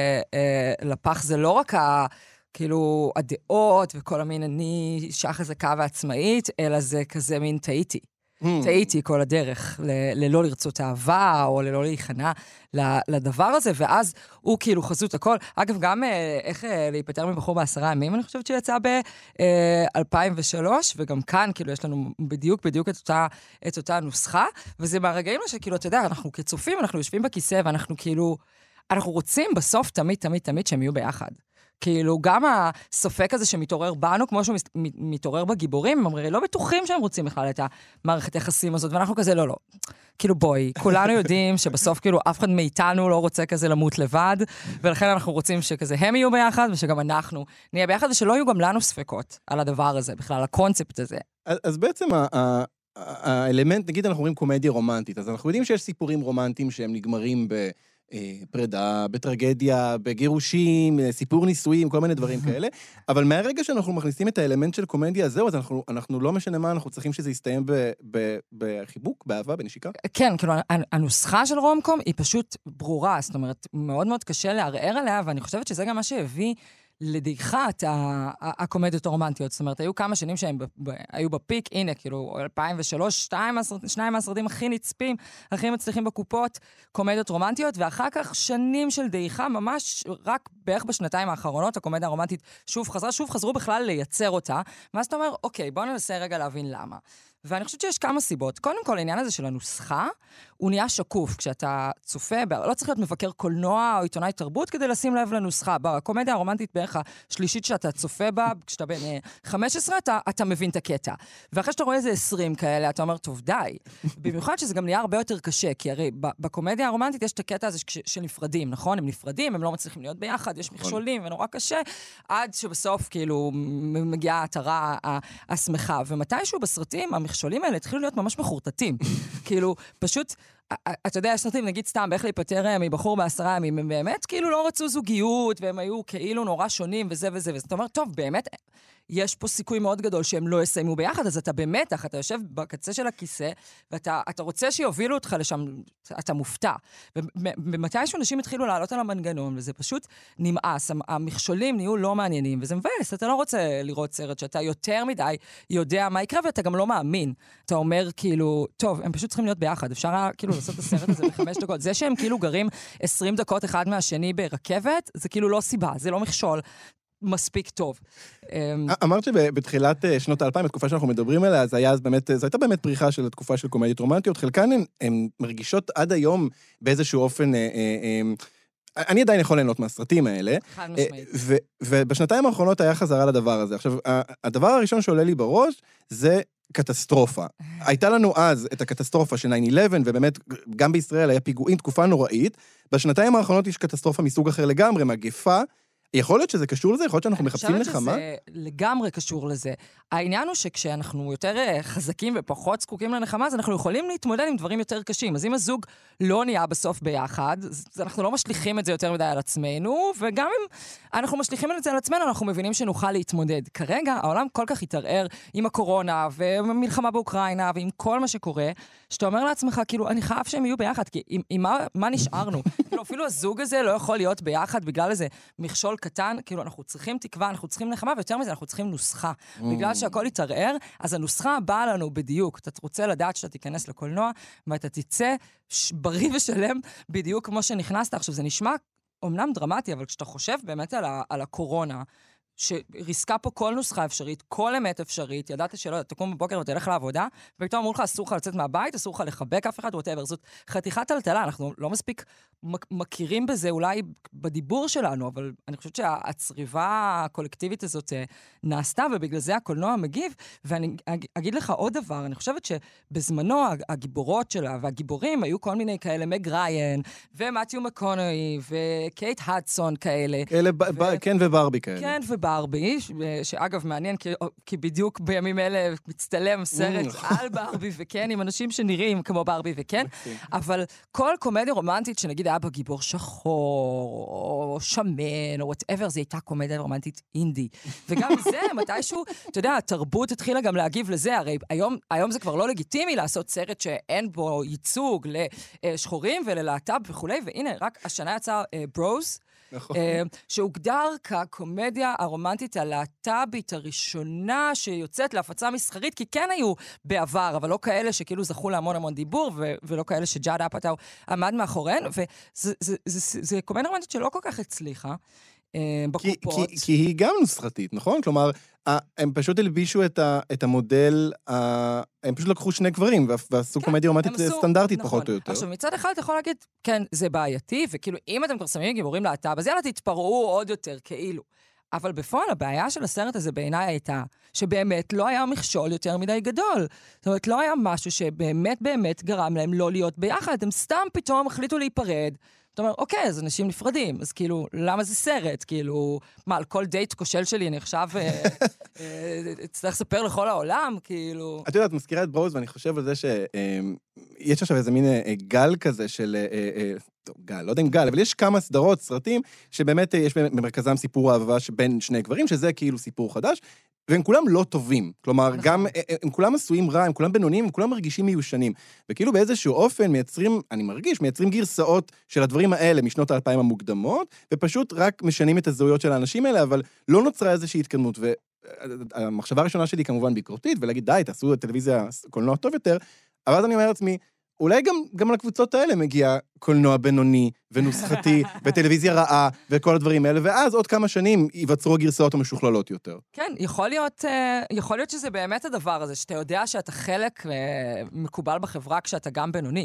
לפח זה לא רק כאילו הדעות וכל המין אני אישה חזקה ועצמאית, אלא זה כזה מין טעיתי כל הדרך, ללא לרצות אהבה, או ללא להיכנע לדבר הזה, ואז הוא כאילו חזות הכל. אגב, גם איך להיפטר מבחור ב10 ימים, אני חושבת שיצא ב-2003, וגם כאן כאילו יש לנו בדיוק את אותה נוסחה, וזה מהרגעים שכאילו, אתה יודע, אנחנו כצופים, אנחנו יושבים בכיסא, ואנחנו כאילו, אנחנו רוצים בסוף תמיד שהם יהיו ביחד. כאילו, גם הסופק הזה שמתעורר בנו, כמו שהוא מתעורר בגיבורים, הם אומרים, לא בטוחים שהם רוצים בכלל את המערכת היחסים הזאת, ואנחנו כזה, לא. כאילו, בואי, כולנו יודעים שבסוף, כאילו, אף אחד מאיתנו לא רוצה כזה למות לבד, ולכן אנחנו רוצים שכזה הם יהיו ביחד, ושגם אנחנו נהיה ביחד, ושלא יהיו גם לנו ספקות על הדבר הזה, בכלל, הקונספט הזה. אז בעצם האלמנט, נגיד אנחנו אומרים קומדיה רומנטית, אז אנחנו יודעים שיש סיפורים רומנטיים שהם נגמרים פרידה, בטרגדיה, בגירושים, סיפור נישואים, כל מיני דברים כאלה, אבל מהרגע שאנחנו מכניסים את האלמנט של קומדיה הזהו, אז אנחנו לא משנה מה, אנחנו צריכים שזה יסתיים בחיבוק, באהבה, בנשיקה. כן, כאילו, הנוסחה של רומקום היא פשוט ברורה, זאת אומרת, מאוד מאוד קשה לערער עליה, ואני חושבת שזה גם מה שהביא לדעיכת הקומדיות הרומנטיות. זאת אומרת, היו כמה שנים שהם היו בפיק, הנה, כאילו, 2003, 2 מהסרטים הכי נצפים, הכי מצליחים בקופות, קומדיות רומנטיות, ואחר כך שנים של דעיכה, ממש רק בערך בשנתיים האחרונות, הקומדיה הרומנטית שוב חזרו בכלל לייצר אותה, ואז אתה אומר, אוקיי, בוא ננסה רגע להבין למה. ואני חושבת שיש כמה סיבות. קודם כל, העניין הזה של הנוסחה, הוא נהיה שקוף כשאתה צופה, לא צריך להיות מבקר קולנוע או עיתונאי תרבות כדי לשים לב לנוסחה. בקומדיה הרומנטית בערך השלישית שאתה צופה בה, כשאתה בן 15, אתה מבין את הקטע. ואחרי שאתה רואה איזה 20 כאלה, אתה אומר, טוב, די. במיוחד שזה גם נהיה הרבה יותר קשה, כי הרי בקומדיה הרומנטית יש את הקטע הזה שנפרדים, נכון? הם נפרדים, הם לא מצליחים להיות ביחד, יש מכשולים ונורא קשה, עד שבסוף כאילו מגיעה ההתרה השמחה. ומתישהו בסרטים, המכשולים האלה התחילו להיות ממש מחורטטים. כאילו, פשוט, אתה יודע, יש סרטים, נגיד סתם, באיך להיפטר מבחור ב10 ימים, הם באמת כאילו לא רצו זוגיות, והם היו כאילו נורא שונים וזה וזה, ואז אתה אומר, טוב, באמת, יש פה סיכוי מאוד גדול שהם לא יסיימו ביחד, אז אתה במתח, אתה יושב בקצה של הכיסא, ואתה רוצה שיובילו אותך לשם, אתה מופתע. ומתישהו אנשים התחילו לעלות על המנגנון, וזה פשוט נמאס, המכשולים נהיו לא מעניינים, וזה מבאס, אתה לא רוצה לראות סרט שאתה יותר מדי יודע מה יקרה, ואתה גם לא מאמין. אתה אומר כאילו, טוב, הם פשוט צריכים להיות ביחד, אפשר כאילו לעשות את הסרט הזה ב5 דקות. זה שהם כאילו גרים 20 דקות אחד מהשני ברכבת, זה כאילו לא סיבה, זה לא מכשול. מספיק טוב. אמרת שבתחילת שנות ה-2000, התקופה שאנחנו מדברים עליה, זו הייתה באמת פריחה של התקופה של קומדיות רומנטיות, חלקן הן מרגישות עד היום באיזשהו אופן, אני עדיין יכול ליהנות מהסרטים האלה, חד משמעית. ובשנתיים האחרונות היה חזרה לדבר הזה. עכשיו, הדבר הראשון שעולה לי בראש, זה קטסטרופה. הייתה לנו אז את הקטסטרופה של 9/11, ובאמת גם בישראל היה פיגועים, תקופה נוראית. בשנתיים האחרונות יש קטסטרופה מסוג אחר לגמרי, מגפה. יכול להיות שזה קשור לזה? יכול להיות שאנחנו מחפשים נחמה? אני חושבת שזה לגמרי קשור לזה. העניין הוא שכשאנחנו יותר חזקים ופחות זקוקים לנחמה, אז אנחנו יכולים להתמודד עם דברים יותר קשים. אז אם הזוג לא נהיה בסוף ביחד, אז אנחנו לא משליכים את זה יותר מדי על עצמנו, וגם אם אנחנו משליכים את זה על עצמנו, אנחנו מבינים שנוכל להתמודד. כרגע העולם כל כך התערער עם הקורונה, ומלחמה באוקראינה, ועם כל מה שקורה, שאתה אומר לעצמך, כאילו, אני חייב שהם יהיו ביחד, כי מה נשארנו? כאילו, אפילו הזוג הזה לא יכול להיות ביחד בגלל איזה מכשול קטן, כאילו אנחנו צריכים תקווה, אנחנו צריכים נחמה, ויותר מזה אנחנו צריכים נוסחה. בגלל שהכל יתערער, אז הנוסחה באה לנו בדיוק. אתה רוצה לדעת שאתה תיכנס לקולנוע, ואתה תצא בריא ושלם בדיוק כמו שנכנסת. עכשיו, זה נשמע אומנם דרמטי, אבל כשאתה חושב באמת על הקורונה, שריסקה פה כל נוסחה אפשרית, כל אמת אפשרית, ידעת שלא, תקום בבוקר ותלך לעבודה, ופתאום אמרו לך, אסור לך לצאת מהבית, אסור לך לחבק אף אחד, whatever. זאת חתיכת טלטלה, אנחנו לא מספיק מכירים בזה אולי בדיבור שלנו, אבל אני חושבת שהצריבה הקולקטיבית הזאת נעשתה, ובגלל זה הקולנוע מגיב, ואני אגיד לך עוד דבר, אני חושבת שבזמנו הגיבורות שלה והגיבורים היו כל מיני כאלה, מג ריין, ומתיו מקונאי, וקייט הדסון כאלה. כן וברבי כאלה. כן וברבי, שאגב מעניין, כי בדיוק בימים אלה מצטלם סרט על ברבי וכן, עם אנשים שנראים כמו ברבי וכן, אבל כל קומדיה רומנטית שנגיד היה בגיבור שחור, או שמן, או whatever, זה הייתה קומדיה רומנטית אינדי. וגם זה, מתישהו, אתה יודע, התרבות התחילה גם להגיב לזה, הרי היום זה כבר לא לגיטימי לעשות סרט שאין בו ייצוג לשחורים וללהט"ב וכו', והנה, רק השנה יצא ברוז, שהוגדר כקומדיה הרומנטית הלהט"בית הראשונה שיוצאת להפצה מסחרית, כי כן היו בעבר, אבל לא כאלה שכאילו זכו להמון המון דיבור, ולא כאלה שג'אד אפאטאו עמד מאחוריהן, וזה קומדיה רומנטית שלא כל כך הצליחה בקופות. כי היא גם נוסחתית, נכון? כלומר, הם פשוט הלבישו את המודל, הם פשוט לקחו שני גברים, ועשו קומדיה רומנטית סטנדרטית פחות או יותר. עכשיו, מצד אחד אתה יכול להגיד, כן, זה בעייתי, וכאילו, אם אתם כבר שמים גיבורים להט"ב, אז יאללה, תתפרעו עוד יותר, כאילו. אבל בפועל, הבעיה של הסרט הזה בעיניי הייתה, שבאמת לא היה מכשול יותר מדי גדול. זאת אומרת, לא היה משהו שבאמת באמת גרם להם לא להיות ביחד, הם סתם פתאום החליטו להיפרד. אתה אומר, אוקיי, אז אנשים נפרדים, אז כאילו, למה זה סרט? כאילו, מה, על כל דייט כושל שלי אני עכשיו אצטרך לספר לכל העולם, כאילו... את יודעת, מזכירה את ברוז, ואני חושב על זה שיש עכשיו איזה מין גל כזה של... גל, לא יודע אם גל, אבל יש כמה סדרות, סרטים, שבאמת יש במרכזם סיפור אהבה בין שני גברים, שזה כאילו סיפור חדש, והם כולם לא טובים. כלומר, גם, הם כולם עשויים רע, הם כולם בינוניים, הם כולם מרגישים מיושנים. וכאילו באיזשהו אופן מייצרים, אני מרגיש, מייצרים גרסאות של הדברים האלה משנות ה-2000 המוקדמות, ופשוט רק משנים את הזהויות של האנשים האלה, אבל לא נוצרה איזושהי התקדמות. והמחשבה הראשונה שלי כמובן ביקורתית, ולהגיד, די, תעשו טלוויזיה קולנוע טוב יותר, אבל אז אני אומר לעצמי, אולי גם לקבוצות האלה מגיע קולנוע בינוני ונוסחתי וטלוויזיה רעה וכל הדברים האלה, ואז עוד כמה שנים ייווצרו גרסאות המשוכללות יותר. כן, יכול להיות שזה באמת הדבר הזה, שאתה יודע שאתה חלק מקובל בחברה כשאתה גם בינוני.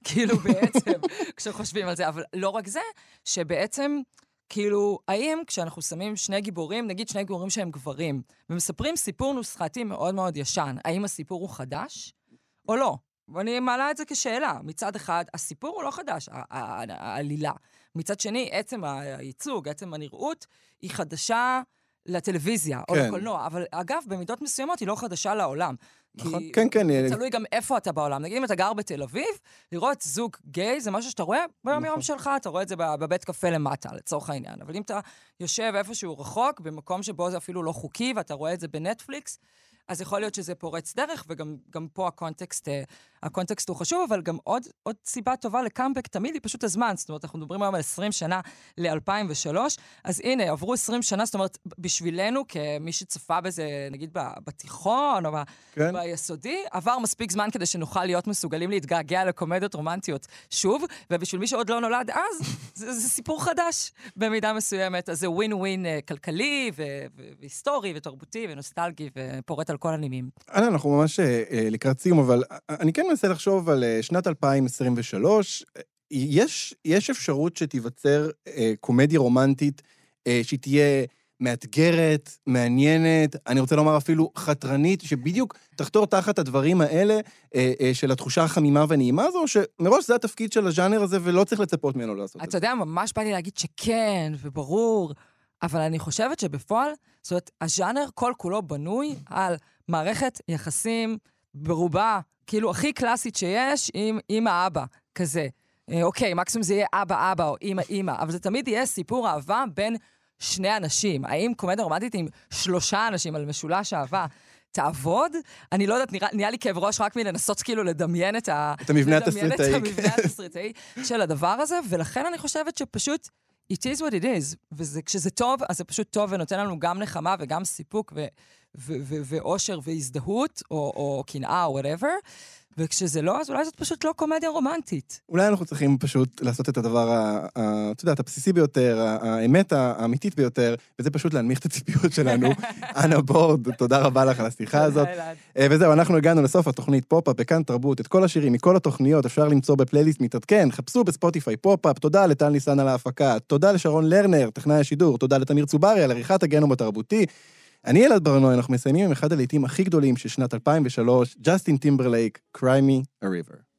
כאילו בעצם, כשחושבים על זה, אבל לא רק זה, שבעצם, כאילו, האם כשאנחנו שמים שני גיבורים, נגיד שני גיבורים שהם גברים, ומספרים סיפור נוסחתי מאוד מאוד ישן, האם הסיפור הוא חדש או לא? ואני מעלה את זה כשאלה. מצד אחד, הסיפור הוא לא חדש, העלילה. מצד שני, עצם הייצוג, עצם הנראות, היא חדשה לטלוויזיה או לקולנוע. אבל אגב, במידות מסוימות היא לא חדשה לעולם. נכון, כן, כן. תלוי גם איפה אתה בעולם. נגיד, אם אתה גר בתל אביב, לראות זוג גיי, זה משהו שאתה רואה ביום יום שלך, אתה רואה את זה בבית קפה למטה, לצורך העניין. אבל אם אתה יושב איפשהו רחוק, במקום שבו זה אפילו לא חוקי, ואתה רואה את זה בנטפליקס, אז יכול להיות שזה פורץ דרך, וגם פה הקונטקסט הוא חשוב, אבל גם עוד סיבה טובה לקאמבק תמיד היא פשוט הזמן. זאת אומרת, אנחנו מדברים היום על 20 שנה ל-2003, אז הנה, עברו 20 שנה, זאת אומרת, בשבילנו, כמי שצפה בזה, נגיד, בתיכון, או ביסודי, עבר מספיק זמן כדי שנוכל להיות מסוגלים להתגעגע לקומדיות רומנטיות שוב, ובשביל מי שעוד לא נולד אז, זה סיפור חדש במידה מסוימת. אז זה ווין ווין כלכלי, והיסטורי, ותרבותי, ונוסטלגי, ופורט על כל הנימים. אנחנו ממש לקראת סיום, אבל אני כן מנסה לחשוב על שנת 2023. יש אפשרות שתיווצר קומדיה רומנטית שהיא תהיה מאתגרת, מעניינת, אני רוצה לומר אפילו חתרנית, שבדיוק תחתור תחת הדברים האלה של התחושה החמימה והנעימה הזו, שמראש זה התפקיד של הז'אנר הזה ולא צריך לצפות ממנו לעשות את זה. אתה יודע, ממש בא לי להגיד שכן וברור, אבל אני חושבת שבפועל, זאת אומרת, הז'אנר כל כולו בנוי על מערכת יחסים ברובה, כאילו הכי קלאסית שיש עם האבא, כזה. אוקיי, מקסימום זה יהיה אבא או אמא, אבל זה תמיד יהיה סיפור אהבה בין שני אנשים. האם קומדיה רומנטית עם 3 אנשים על משולש אהבה תעבוד? אני לא יודעת, נראה לי כאב ראש רק מלנסות כאילו לדמיין את המבנה התסריטאי של הדבר הזה, ולכן אני חושבת שפשוט it is what it is, וכשזה טוב, אז זה פשוט טוב ונותן לנו גם נחמה וגם סיפוק ואושר והזדהות, או קנאה, או whatever, וכשזה לא, אז אולי זאת פשוט לא קומדיה רומנטית. אולי אנחנו צריכים פשוט לעשות את הדבר, אתה יודע, הבסיסי ביותר, האמת האמיתית ביותר, וזה פשוט להנמיך את הציפיות שלנו. אנה בורד, תודה רבה לך על השיחה הזאת. וזהו, אנחנו הגענו לסוף התוכנית פופ-אפ, בכאן תרבות, את כל השירים, מכל התוכניות, אפשר למצוא בפלייליסט מתעדכן, חפשו בספוטיפיי פופ-אפ, תודה לטל ניסן על ההפקה, תודה לשרון לרנר, טכנאי השידור, תודה לתמיר צוברי על עריכת הגנום התרבותי. אני אלעד ברנועי, אנחנו מסיימים עם אחד הלהיטים הכי גדולים של שנת 2003, ג'סטין טימברלייק, Cry Me a River.